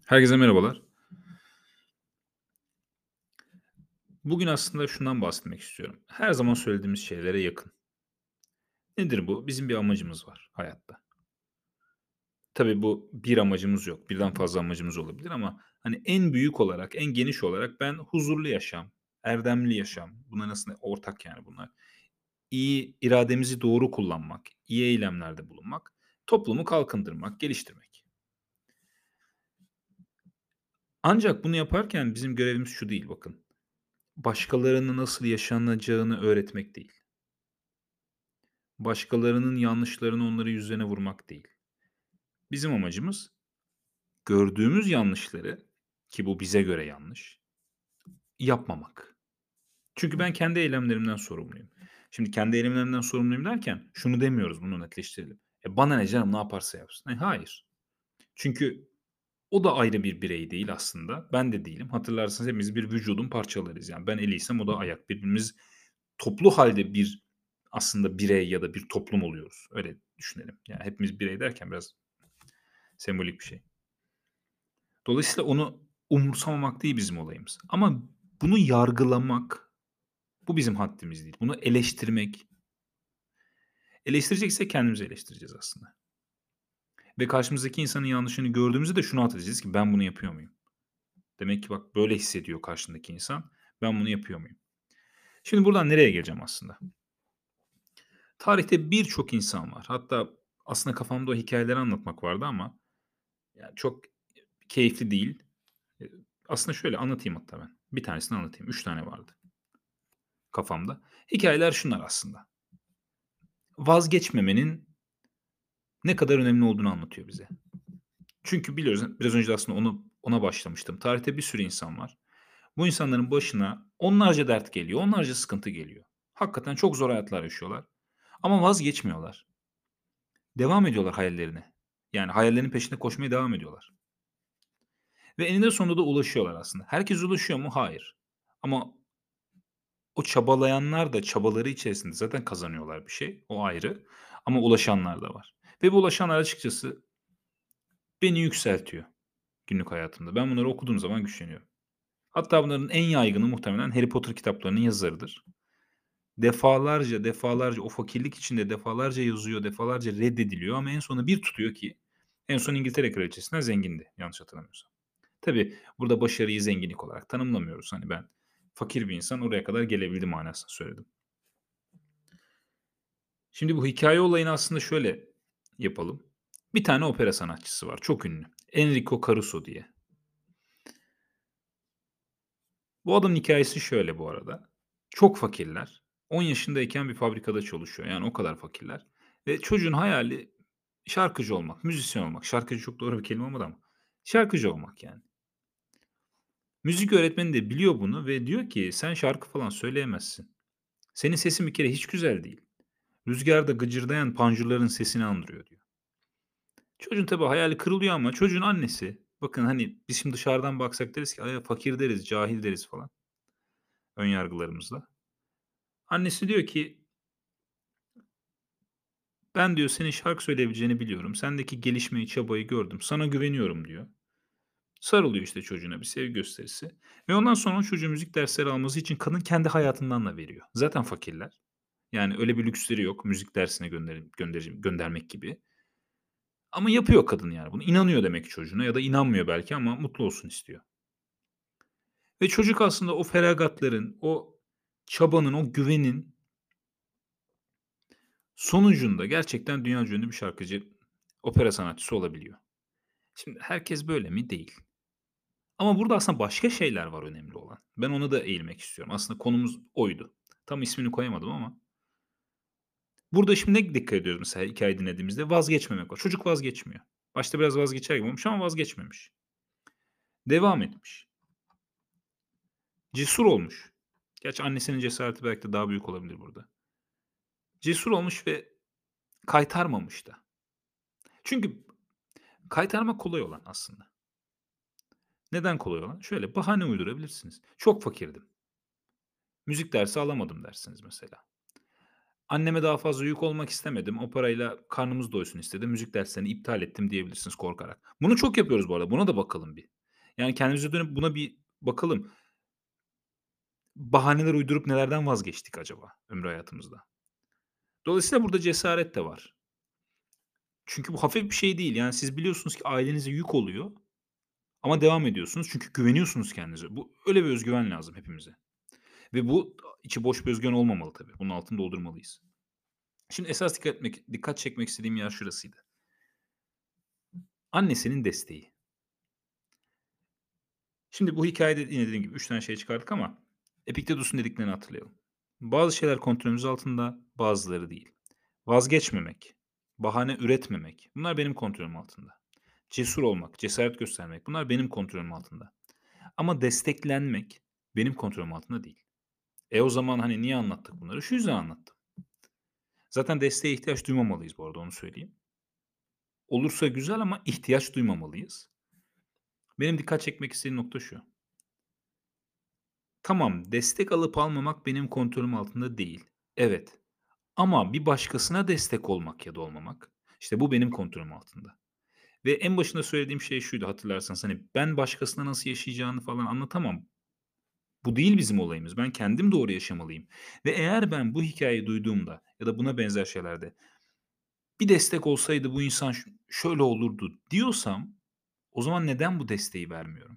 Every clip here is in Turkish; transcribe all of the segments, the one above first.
Herkese merhabalar. Bugün aslında şundan bahsetmek istiyorum. Her zaman söylediğimiz şeylere yakın. Nedir bu? Bizim bir amacımız var hayatta. Tabii bu bir amacımız yok. Birden fazla amacımız olabilir ama hani en büyük olarak, en geniş olarak ben huzurlu yaşam, erdemli yaşam, bunlar aslında ortak yani bunlar. İyi irademizi doğru kullanmak, iyi eylemlerde bulunmak, toplumu kalkındırmak, geliştirmek. Ancak bunu yaparken bizim görevimiz şu değil bakın. Başkalarının nasıl yaşanacağını öğretmek değil. Başkalarının yanlışlarını onları yüzlerine vurmak değil. Bizim amacımız gördüğümüz yanlışları, ki bu bize göre yanlış, yapmamak. Çünkü ben kendi eylemlerimden sorumluyum. Şimdi kendi eylemlerimden sorumluyum derken şunu demiyoruz, bunu netleştirelim. Bana ne canım ne yaparsa yapsın. Hayır. Çünkü o da ayrı bir birey değil aslında. Ben de değilim. Hatırlarsanız hepimiz bir vücudun parçalarıyız. Yani ben eliysem o da ayak. Birbirimiz toplu halde bir aslında birey ya da bir toplum oluyoruz. Öyle düşünelim. Yani hepimiz birey derken biraz sembolik bir şey. Dolayısıyla onu umursamamak değil bizim olayımız. Ama bunu yargılamak, bu bizim haddimiz değil. Bunu eleştirmek, eleştireceksek kendimizi eleştireceğiz aslında. Ve karşımızdaki insanın yanlışını gördüğümüzde de şunu atacağız ki ben bunu yapıyor muyum? Demek ki bak böyle hissediyor karşındaki insan. Ben bunu yapıyor muyum? Şimdi buradan nereye geleceğim aslında? Tarihte birçok insan var. Hatta aslında kafamda o hikayeleri anlatmak vardı ama yani çok keyifli değil. Eee, aslında şöyle anlatayım hatta ben. Bir tanesini anlatayım. 3 tane vardı kafamda. Hikayeler şunlar aslında. Vazgeçmemenin ne kadar önemli olduğunu anlatıyor bize. Çünkü biliyoruz biraz önce de aslında ona başlamıştım. Tarihte bir sürü insan var. Bu insanların başına onlarca dert geliyor, onlarca sıkıntı geliyor. Hakikaten çok zor hayatlar yaşıyorlar ama vazgeçmiyorlar. Devam ediyorlar hayallerine. Yani hayallerinin peşinde koşmaya devam ediyorlar ve eninde sonunda da ulaşıyorlar aslında. Herkes ulaşıyor mu? Hayır. Ama o çabalayanlar da çabaları içerisinde zaten kazanıyorlar bir şey, o ayrı ama ulaşanlar da var ve bu ulaşanlar açıkçası beni yükseltiyor günlük hayatımda. Ben bunları okuduğum zaman güçleniyorum. Hatta bunların en yaygını muhtemelen Harry Potter kitaplarının yazarıdır. Defalarca, defalarca o fakirlik içinde defalarca yazıyor, defalarca reddediliyor ama en sonunda bir tutuyor ki en son İngiltere Kraliçesinden zengindi yanlış hatırlamıyorsam. Tabii burada başarıyı zenginlik olarak tanımlamıyoruz. Hani ben fakir bir insan oraya kadar gelebildi manasında söyledim. Şimdi bu hikaye olayını aslında şöyle yapalım. Bir tane opera sanatçısı var, çok ünlü. Enrico Caruso diye. Bu adamın hikâyesi şöyle bu arada. Çok fakirler. 10 yaşındayken bir fabrikada çalışıyor. Yani o kadar fakirler ve çocuğun hayali şarkıcı olmak, müzisyen olmak. Şarkıcı çok doğru bir kelime olmadı ama şarkıcı olmak yani. Müzik öğretmeni de biliyor bunu ve diyor ki sen şarkı falan söyleyemezsin. Senin sesin bir kere hiç güzel değil. Rüzgârda gıcırdayan panjurların sesini andırıyor diyor. Çocuğun tabii hayali kırılıyor ama çocuğun annesi, bakın, hani, biz şimdi dışarıdan baksak deriz ki, fakir deriz, cahil deriz falan ön yargılarımızla. Annesi diyor ki, "Ben" diyor, "senin şarkı söyleyebileceğini biliyorum. Sendeki gelişmeyi, çabayı gördüm. Sana güveniyorum." diyor. Sarılıyor, işte, çocuğuna bir sevgi gösterisi ve ondan sonra o çocuğun müzik dersleri alması için kadın kendi hayatından da veriyor. Zaten fakirler. Yani öyle bir lüksleri yok müzik dersine göndermek gibi. Ama yapıyor kadın yani bunu. İnanıyor demek ki çocuğuna ya da inanmıyor belki ama mutlu olsun istiyor. Ve çocuk aslında o feragatların, o çabanın, o güvenin sonucunda gerçekten dünyaca ünlü bir şarkıcı, opera sanatçısı olabiliyor. Şimdi herkes böyle mi? Değil. Ama burada aslında başka şeyler var önemli olan. Ben ona da eğilmek istiyorum. Aslında konumuz oydu. Tam ismini koyamadım ama burada şimdi ne dikkat ediyoruz mesela hikâye dinlediğimizde? Vazgeçmemek var. Çocuk vazgeçmiyor. Başta biraz vazgeçer gibi olmuş ama vazgeçmemiş. Devam etmiş. Cesur olmuş. Gerçi annesinin cesareti belki de daha büyük olabilir burada. Cesur olmuş ve kaytarmamış da. Çünkü kaytarmak kolay olan aslında. Neden kolay olan? Şöyle, bahane uydurabilirsiniz. Çok fakirdim. Müzik dersi alamadım dersiniz mesela. Anneme daha fazla yük olmak istemedim. O parayla karnımız doysun istedim. Müzik derslerini iptal ettim diyebilirsiniz korkarak. Bunu çok yapıyoruz bu arada. Buna da bakalım bir. Yani kendimize dönüp buna bir bakalım. Bahaneler uydurup nelerden vazgeçtik acaba ömrü hayatımızda? Dolayısıyla burada cesaret de var. Çünkü bu hafif bir şey değil. Yani siz biliyorsunuz ki ailenize yük oluyor ama devam ediyorsunuz çünkü güveniyorsunuz kendinize. Bu öyle bir özgüven lazım hepimize ve bu içi boş bir özgüven olmamalı tabii. Bunun altını doldurmalıyız. Şimdi esas dikkat çekmek istediğim yer şurasıydı. Annesinin desteği. Şimdi bu hikâyede yine dediğim gibi 3 tane şey çıkardık ama Epiktetos'un dediklerini hatırlayalım. Bazı şeyler kontrolümüz altında, bazıları değil. Vazgeçmemek, bahane üretmemek, bunlar benim kontrolüm altında. Cesur olmak, cesaret göstermek, bunlar benim kontrolüm altında. Ama desteklenmek benim kontrolüm altında değil. O zaman, hani, niye anlattık bunları? Şu yüzden anlattım. Zaten desteğe ihtiyaç duymamalıyız bu arada, onu söyleyeyim. Olursa güzel ama ihtiyaç duymamalıyız. Benim dikkat çekmek istediğim nokta şu: tamam, destek alıp almamak benim kontrolüm altında değil. Evet. Ama bir başkasına destek olmak ya da olmamak, işte, bu benim kontrolüm altında. Ve en başında söylediğim şey şuydu hatırlarsanız, hani, ben başkasına nasıl yaşayacağını falan anlatamam. Bu değil bizim olayımız. Ben kendim doğru yaşamalıyım ve eğer ben bu hikâyeyi duyduğumda ya da buna benzer şeylerde "Bir destek olsaydı bu insan şöyle olurdu." diyorsam o zaman neden bu desteği vermiyorum?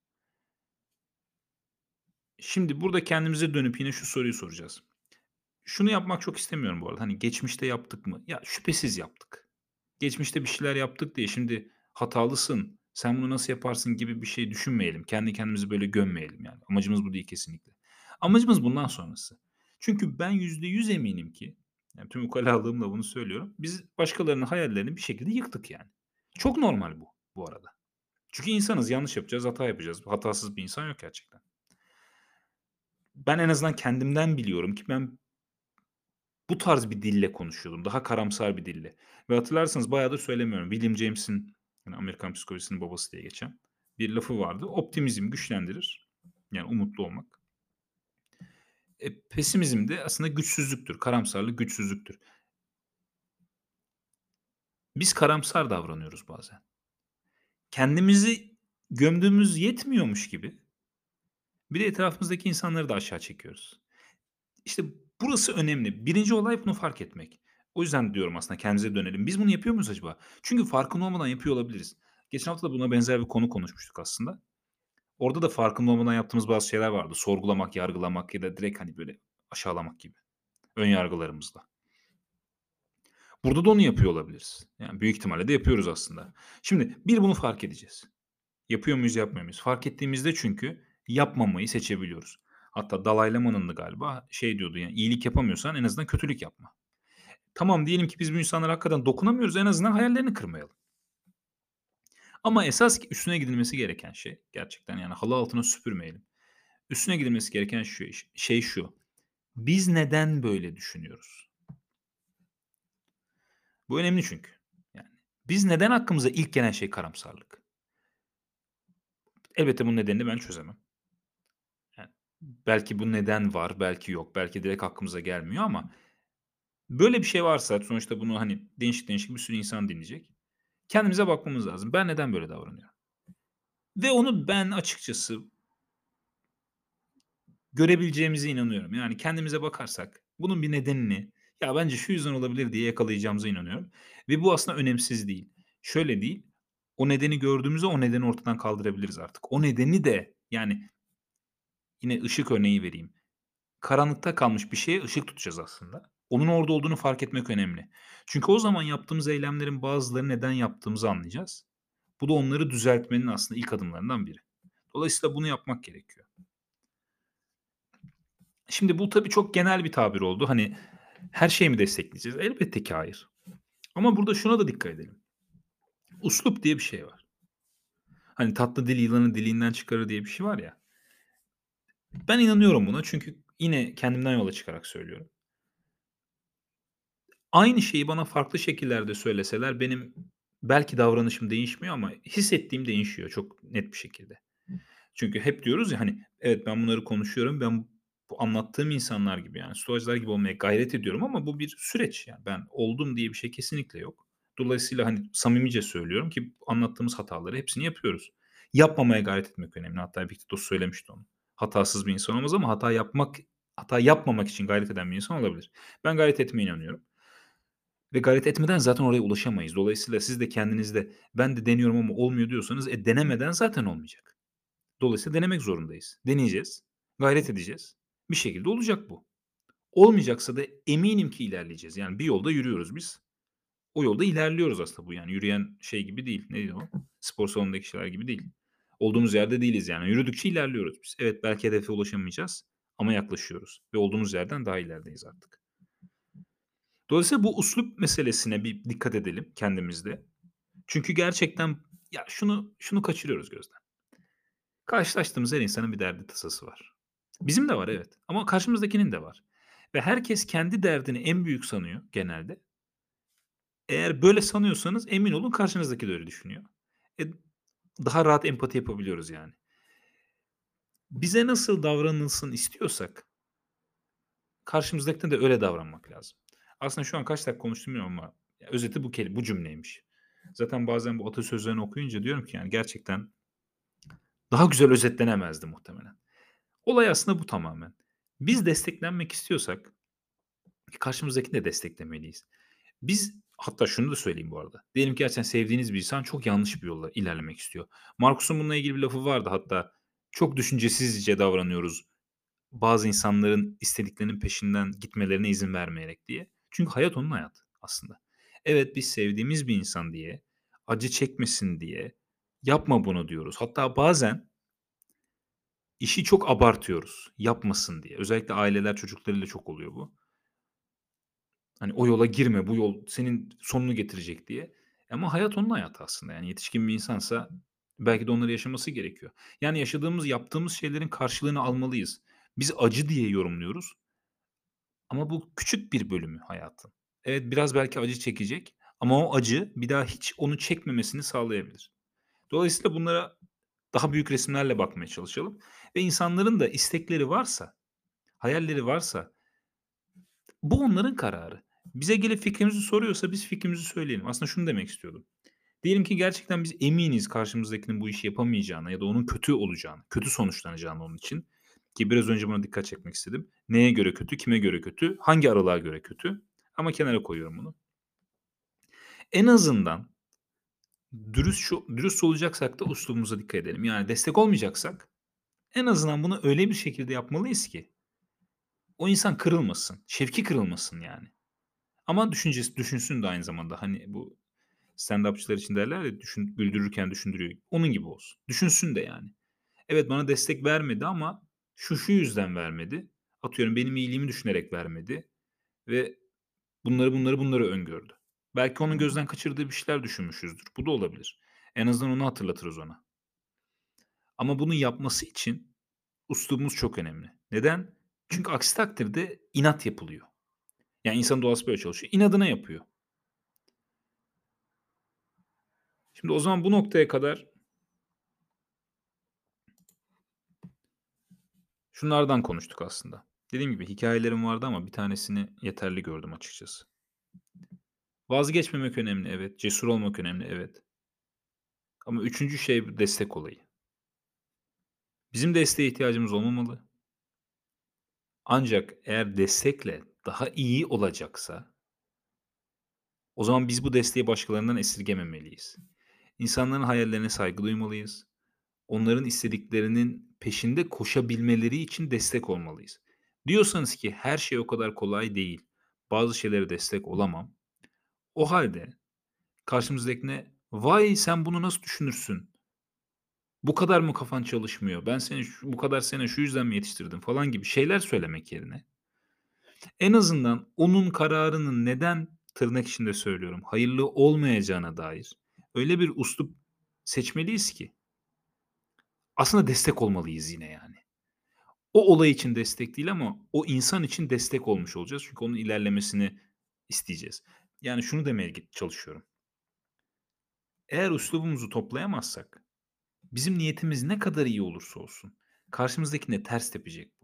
Şimdi burada kendimize dönüp yine şu soruyu soracağız. Şunu yapmak çok istemiyorum bu arada, hani, geçmişte yaptık mı? Ya, şüphesiz yaptık. Geçmişte bir şeyler yaptık diye şimdi hatalısın, sen bunu nasıl yaparsın gibi bir şey düşünmeyelim. Kendi kendimizi böyle gömmeyelim yani. Amacımız bu değil kesinlikle. Amacımız bundan sonrası. Çünkü ben %100 eminim ki, yani tüm ukalalığımla bunu söylüyorum, biz başkalarının hayallerini bir şekilde yıktık yani. Çok normal bu arada. Çünkü insanız, yanlış yapacağız, hata yapacağız. Hatasız bir insan yok gerçekten. Ben en azından kendimden biliyorum ki ben bu tarz bir dille konuşuyordum. Daha karamsar bir dille ve hatırlarsanız bayağıdır söylemiyorum. William James'in, hani, Amerikan psikolojisinin babası diye geçen bir lafı vardı. "Optimizm güçlendirir." Yani umutlu olmak. Pesimizm de aslında güçsüzlüktür. Karamsarlık güçsüzlüktür. Biz karamsar davranıyoruz bazen. Kendimizi gömdüğümüz yetmiyormuş gibi bir de etrafımızdaki insanları da aşağı çekiyoruz. İşte burası önemli. Birinci olay bunu fark etmek. O yüzden diyorum aslında kendimize dönelim. Biz bunu yapıyor muyuz acaba? Çünkü farkında olmadan yapıyor olabiliriz. Geçen hafta da buna benzer bir konu konuşmuştuk aslında. Orada da farkında olmadan yaptığımız bazı şeyler vardı. Sorgulamak, yargılamak ya da direkt, hani, böyle aşağılamak gibi ön yargılarımızla. Burada da onu yapıyor olabiliriz. Yani büyük ihtimalle de yapıyoruz aslında. Şimdi bir bunu fark edeceğiz. Yapıyor muyuz, yapmıyor muyuz? Fark ettiğimizde çünkü yapmamayı seçebiliyoruz. Hatta Dalai Lama'nın da galiba şey diyordu, yani iyilik yapamıyorsan en azından kötülük yapma. Tamam, diyelim ki biz bu insanlara hakikaten dokunamıyoruz, en azından hayallerini kırmayalım. Ama esas üstüne gidilmesi gereken şey, gerçekten yani halı altına süpürmeyelim. Üstüne gidilmesi gereken şey şu: biz neden böyle düşünüyoruz? Bu önemli çünkü. Yani biz neden aklımıza ilk gelen şey karamsarlık? Elbette bunun nedenini ben çözemem. Yani belki bu neden var, belki yok, belki direkt aklımıza gelmiyor ama böyle bir şey varsa sonuçta bunu, hani, değişik değişik bir sürü insan dinleyecek. Kendimize bakmamız lazım. Ben neden böyle davranıyorum? Ve onu ben açıkçası görebileceğimize inanıyorum. Yani kendimize bakarsak bunun bir nedenini, "Ya, bence şu yüzden olabilir." diye yakalayacağımıza inanıyorum ve bu aslında önemsiz değil. Şöyle değil, o nedeni gördüğümüzde o nedeni ortadan kaldırabiliriz artık. O nedeni de, yani, yine ışık örneği vereyim. Karanlıkta kalmış bir şeye ışık tutacağız aslında. Onun orada olduğunu fark etmek önemli. Çünkü o zaman yaptığımız eylemlerin bazılarını neden yaptığımızı anlayacağız. Bu da onları düzeltmenin aslında ilk adımlarından biri. Dolayısıyla bunu yapmak gerekiyor. Şimdi bu tabii çok genel bir tabir oldu. Hani, her şeyi mi destekleyeceğiz? Elbette ki hayır. Ama burada şuna da dikkat edelim. Üslup diye bir şey var. Hani, tatlı dil yılanı dilinden çıkarır diye bir şey var ya. Ben inanıyorum buna çünkü yine kendimden yola çıkarak söylüyorum. Aynı şeyi bana farklı şekillerde söyleseler benim belki davranışım değişmiyor ama hissettiğim değişiyor çok net bir şekilde. Çünkü hep diyoruz ya, hani, evet, ben bunları konuşuyorum, ben Bu anlattığım insanlar gibi yani stoacılar gibi olmaya gayret ediyorum ama bu bir süreç yani. Ben oldum diye bir şey kesinlikle yok. Dolayısıyla, hani, samimice söylüyorum ki anlattığımız hataları hepsini yapıyoruz. Yapmamaya gayret etmek önemli. Hatta Epiktetos söylemişti onu. Hatasız bir insan olmaz ama hata yapmamak için gayret eden bir insan olabilir. Ben gayret etmeye inanıyorum ve gayret etmeden zaten oraya ulaşamayız. Dolayısıyla siz de kendinizde "Ben de deniyorum ama olmuyor." diyorsanız, denemeden zaten olmayacak. Dolayısıyla denemek zorundayız. Deneyeceğiz, gayret edeceğiz. Bir şekilde olacak bu. Olmayacaksa da eminim ki ilerleyeceğiz. Yani bir yolda yürüyoruz biz. O yolda ilerliyoruz aslında bu yani yürüyen şey gibi değil. Neydi o? Spor salonundaki şeyler gibi değil. Olduğumuz yerde değiliz yani. Yürüdükçe ilerliyoruz biz. Evet, belki hedefe ulaşamayacağız ama yaklaşıyoruz ve olduğumuz yerden daha ilerideyiz artık. Dolayısıyla bu üslup meselesine bir dikkat edelim kendimizde. Çünkü gerçekten ya şunu kaçırıyoruz gözden. Karşılaştığımız her insanın bir derdi tasası var. Bizim de var evet ama karşımızdakinin de var. Ve herkes kendi derdini en büyük sanıyor genelde. Eğer böyle sanıyorsanız emin olun karşınızdaki de öyle düşünüyor. E, daha rahat empati yapabiliyoruz yani. Bize nasıl davranılsın istiyorsak karşımızdakine de öyle davranmak lazım. Aslında şu an kaç dakika konuştum bilmiyorum ama özeti bu cümleymiş. Zaten bazen bu atasözlerini okuyunca diyorum ki yani gerçekten daha güzel özetlenemezdi muhtemelen. Olay aslında bu tamamen. Biz desteklenmek istiyorsak karşımızdakini de desteklemeliyiz. Biz hatta şunu da söyleyeyim bu arada. Diyelim ki gerçekten sevdiğiniz bir insan çok yanlış bir yolla ilerlemek istiyor. Marcus'un bununla ilgili bir lafı vardı hatta. Çok düşüncesizce davranıyoruz bazı insanların istediklerinin peşinden gitmelerine izin vermeyerek diye. Çünkü hayat onun hayatı aslında. Evet, biz sevdiğimiz bir insan diye, acı çekmesin diye yapma bunu diyoruz. Hatta bazen işi çok abartıyoruz yapmasın diye. Özellikle aileler çocuklarıyla çok oluyor bu. Hani o yola girme, bu yol senin sonunu getirecek diye. Ama hayat onun hayatı aslında. Yani yetişkin bir insansa belki de onları yaşaması gerekiyor. Yani yaşadığımız, yaptığımız şeylerin karşılığını almalıyız. Biz acı diye yorumluyoruz ama bu küçük bir bölümü hayatın. Evet, biraz belki acı çekecek ama o acı bir daha hiç onu çekmemesini sağlayabilir. Dolayısıyla bunlara daha büyük resimlerle bakmaya çalışalım ve insanların da istekleri varsa, hayalleri varsa bu onların kararı. Bize gelip fikrimizi soruyorsa biz fikrimizi söyleyelim. Aslında şunu demek istiyordum. Diyelim ki gerçekten biz eminiz karşımızdakinin bu işi yapamayacağına ya da onun kötü olacağını, kötü sonuçlanacağını onun için ki biraz önce buna dikkat çekmek istedim. Neye göre kötü, kime göre kötü, hangi aralığa göre kötü? Ama kenara koyuyorum bunu. En azından dürüst olacaksak da üslubumuza dikkat edelim. Yani destek olmayacaksak en azından bunu öyle bir şekilde yapmalıyız ki o insan kırılmasın, şevki kırılmasın yani. Ama düşünsün de aynı zamanda. Hani bu stand-upçılar için derler ya, güldürürken düşündürüyor. Onun gibi olsun. Düşünsün de yani. Evet, bana destek vermedi ama şu yüzden vermedi. Atıyorum benim iyiliğimi düşünerek vermedi ve bunları öngördü. Belki onun gözden kaçırdığı bir şeyler düşünmüşüzdür. Bu da olabilir. En azından onu hatırlatırız ona. Ama bunu yapması için üslubumuz çok önemli. Neden? Çünkü aksi takdirde inat yapılıyor. Yani insanın doğası böyle çalışıyor. İnadına yapıyor. Şimdi o zaman bu noktaya kadar şunlardan konuştuk aslında. Dediğim gibi hikâyelerim vardı ama bir tanesini yeterli gördüm açıkçası. Vazgeçmemek önemli, evet. Cesur olmak önemli, evet. Ama üçüncü şey destek olayı. Bizim desteğe ihtiyacımız olmamalı. Ancak eğer destekle daha iyi olacaksa o zaman biz bu desteği başkalarından esirgememeliyiz. İnsanların hayallerine saygı duymalıyız. Onların istediklerinin peşinde koşabilmeleri için destek olmalıyız. Diyorsanız ki her şey o kadar kolay değil, bazı şeylere destek olamam. O halde karşımızdakine, "Vay, sen bunu nasıl düşünürsün? Bu kadar mı kafan çalışmıyor? Ben seni bu kadar sene şu yüzden mi yetiştirdim?" falan gibi şeyler söylemek yerine en azından onun kararının neden, tırnak içinde söylüyorum, hayırlı olmayacağına dair öyle bir üslup seçmeliyiz ki aslında destek olmalıyız yine yani. O olay için destek değil ama o insan için destek olmuş olacağız. Çünkü onun ilerlemesini isteyeceğiz. Yani şunu demeye çalışıyorum. Eğer üslubumuzu toplayamazsak bizim niyetimiz ne kadar iyi olursa olsun karşımızdakine ters tepecek bu.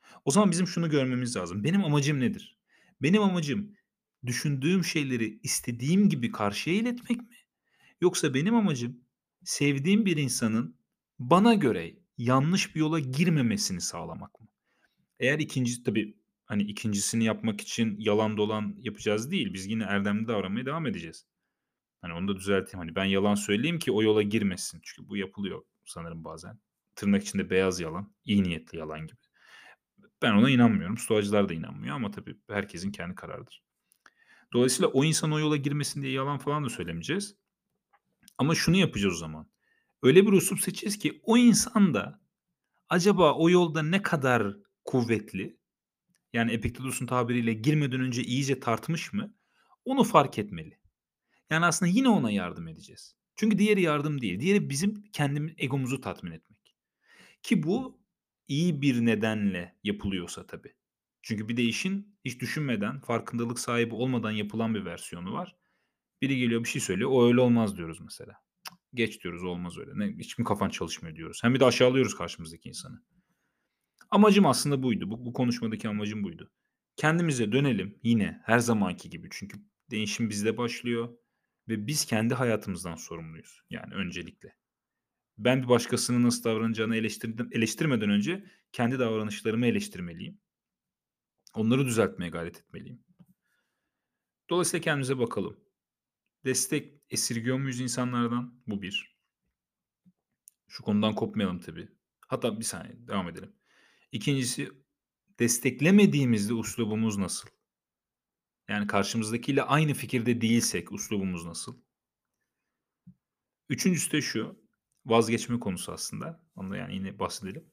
O zaman bizim şunu görmemiz lazım. Benim amacım nedir? Benim amacım düşündüğüm şeyleri istediğim gibi karşıya iletmek mi? Yoksa benim amacım sevdiğim bir insanın bana göre yanlış bir yola girmemesini sağlamak mı? Eğer ikincisi tabii, hani, ikincisini yapmak için yalan dolan yapacağız değil. Biz yine erdemli davranmaya devam edeceğiz. Hani, onu da düzelteyim. Hani, ben yalan söyleyeyim ki o yola girmesin. Çünkü bu yapılıyor sanırım bazen. Tırnak içinde beyaz yalan, iyi niyetli yalan gibi. Ben ona inanmıyorum. Stoacılar da inanmıyor ama tabii herkesin kendi kararıdır. Dolayısıyla o insan o yola girmesin diye yalan falan da söylemeyeceğiz. Ama şunu yapacağız o zaman. Öyle bir üslup seçeceğiz ki o insan da acaba o yolda ne kadar kuvvetli, yani Epiktetos'un tabiriyle girmeden önce iyice tartmış mı, onu fark etmeli. Yani aslında yine ona yardım edeceğiz. Çünkü diğeri yardım değil. Diğeri bizim kendi egomuzu tatmin etmek. Ki bu iyi bir nedenle yapılıyorsa tabii. Çünkü bir de işin hiç düşünmeden, farkındalık sahibi olmadan yapılan bir versiyonu var. Biri geliyor bir şey söylüyor, "O öyle olmaz." diyoruz mesela. "Geç." diyoruz, "Olmaz öyle. Ne, hiç mi kafan çalışmıyor?" diyoruz. Hem bir de aşağılıyoruz karşımızdaki insanı. Amacım aslında buydu. Bu konuşmadaki amacım buydu. Kendimize dönelim yine her zamanki gibi. Çünkü değişim bizde başlıyor ve biz kendi hayatımızdan sorumluyuz, yani öncelikle. Ben bir başkasının nasıl davranacağını eleştirmeden önce kendi davranışlarımı eleştirmeliyim. Onları düzeltmeye gayret etmeliyim. Dolayısıyla kendimize bakalım. Destek esirgiyor muyuz insanlardan? Bu bir. Şu konudan kopmayalım tabii. Hatta bir saniye devam edelim. İkincisi, desteklemediğimizde üslubumuz nasıl? Yani karşımızdakiyle aynı fikirde değilsek üslubumuz nasıl? Üçüncüsü de şu, vazgeçme konusu aslında. Onu da yani yine bahsedelim.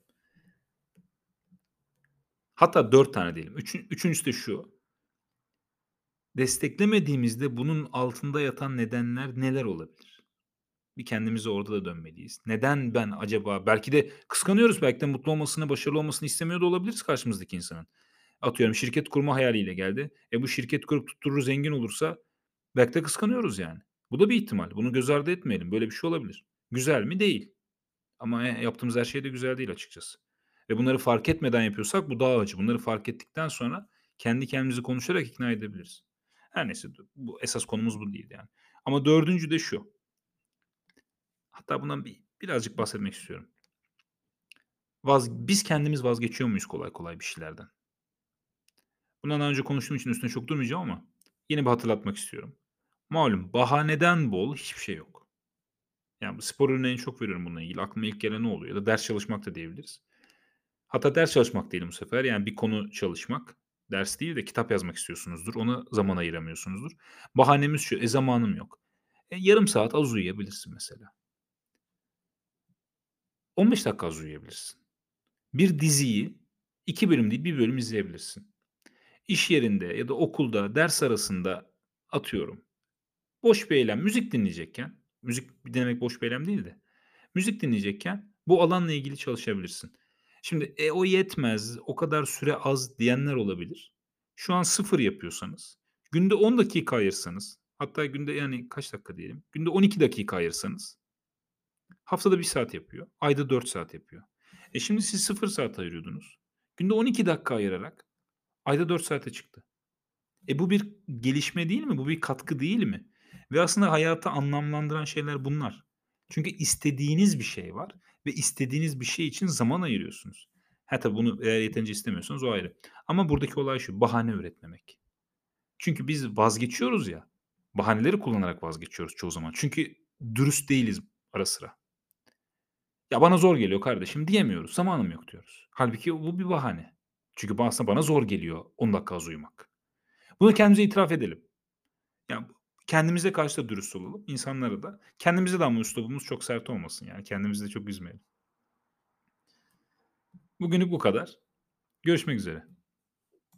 Hatta 4 tane diyelim. Üçüncüsü de şu, desteklemediğimizde bunun altında yatan nedenler neler olabilir? Bir kendimize orada da dönmeliyiz. Neden ben acaba belki de kıskanıyoruz, belki de mutlu olmasını, başarılı olmasını istemiyor da olabiliriz karşımızdaki insanın. Atıyorum şirket kurma hayaliyle geldi. Bu şirket kurup tutturur zengin olursa belki de kıskanıyoruz yani. Bu da bir ihtimal. Bunu göz ardı etmeyelim. Böyle bir şey olabilir. Güzel mi? Değil. Ama, yaptığımız her şey de güzel değil açıkçası. Ve bunları fark etmeden yapıyorsak bu daha acı. Bunları fark ettikten sonra kendi kendimizi konuşarak ikna edebiliriz. Her neyse bu esas konumuz bu değil yani. Ama dördüncü de şu. Hatta bundan birazcık bahsetmek istiyorum. Biz kendimiz vazgeçiyor muyuz kolay kolay bir şeylerden? Bundan daha önce konuştuğum için üstüne çok durmayacağım ama yine bir hatırlatmak istiyorum. Malum bahaneden bol hiçbir şey yok. Yani bu spor örneğini çok veriyorum bununla ilgili. Aklıma ilk gelen ne oluyor? Ya da ders çalışmak da diyebiliriz. Hatta ders çalışmak değil bu sefer. Yani bir konu çalışmak. Ders değil de kitap yazmak istiyorsunuzdur. Ona zaman ayıramıyorsunuzdur. Bahanemiz şu: zamanım yok." Yarım saat az uyuyabilirsin mesela. 15 dakika az uyuyabilirsin. Bir diziyi 2 bölüm değil, bir bölüm izleyebilirsin. İş yerinde ya da okulda ders arasında atıyorum boş bir eylem, müzik dinleyecekken, müzik dinlemek boş bir eylem değil de, müzik dinleyecekken bu alanla ilgili çalışabilirsin. Şimdi, "O yetmez, o kadar süre az." diyenler olabilir. Şu an sıfır yapıyorsanız, günde 10 dakika ayırsanız, hatta günde, yani, kaç dakika diyelim, günde 12 dakika ayırsanız haftada 1 saat yapıyor, ayda 4 saat yapıyor. Şimdi siz 0 saat ayırıyordunuz. Günde 12 dakika ayırarak ayda 4 saate çıktı. Bu bir gelişme değil mi? Bu bir katkı değil mi? Ve aslında hayatı anlamlandıran şeyler bunlar. Çünkü istediğiniz bir şey var ve istediğiniz bir şey için zaman ayırıyorsunuz. Tabii bunu eğer yeterince istemiyorsanız o ayrı. Ama buradaki olay şu: bahane üretmemek. Çünkü biz vazgeçiyoruz ya, bahaneleri kullanarak vazgeçiyoruz çoğu zaman. Çünkü dürüst değiliz ara sıra. "Ya, bana zor geliyor kardeşim." diyemiyoruz. "Zamanım yok." diyoruz. Hâlbuki bu bir bahane. Çünkü aslında bana zor geliyor 10 dakika az uyumak. Bunu kendimize itiraf edelim. Ya, kendimize karşı da dürüst olalım, insanlara da. Kendimize de ama üslubumuz çok sert olmasın yani. Kendimizi de çok üzmeyelim. Bugünlük bu kadar. Görüşmek üzere.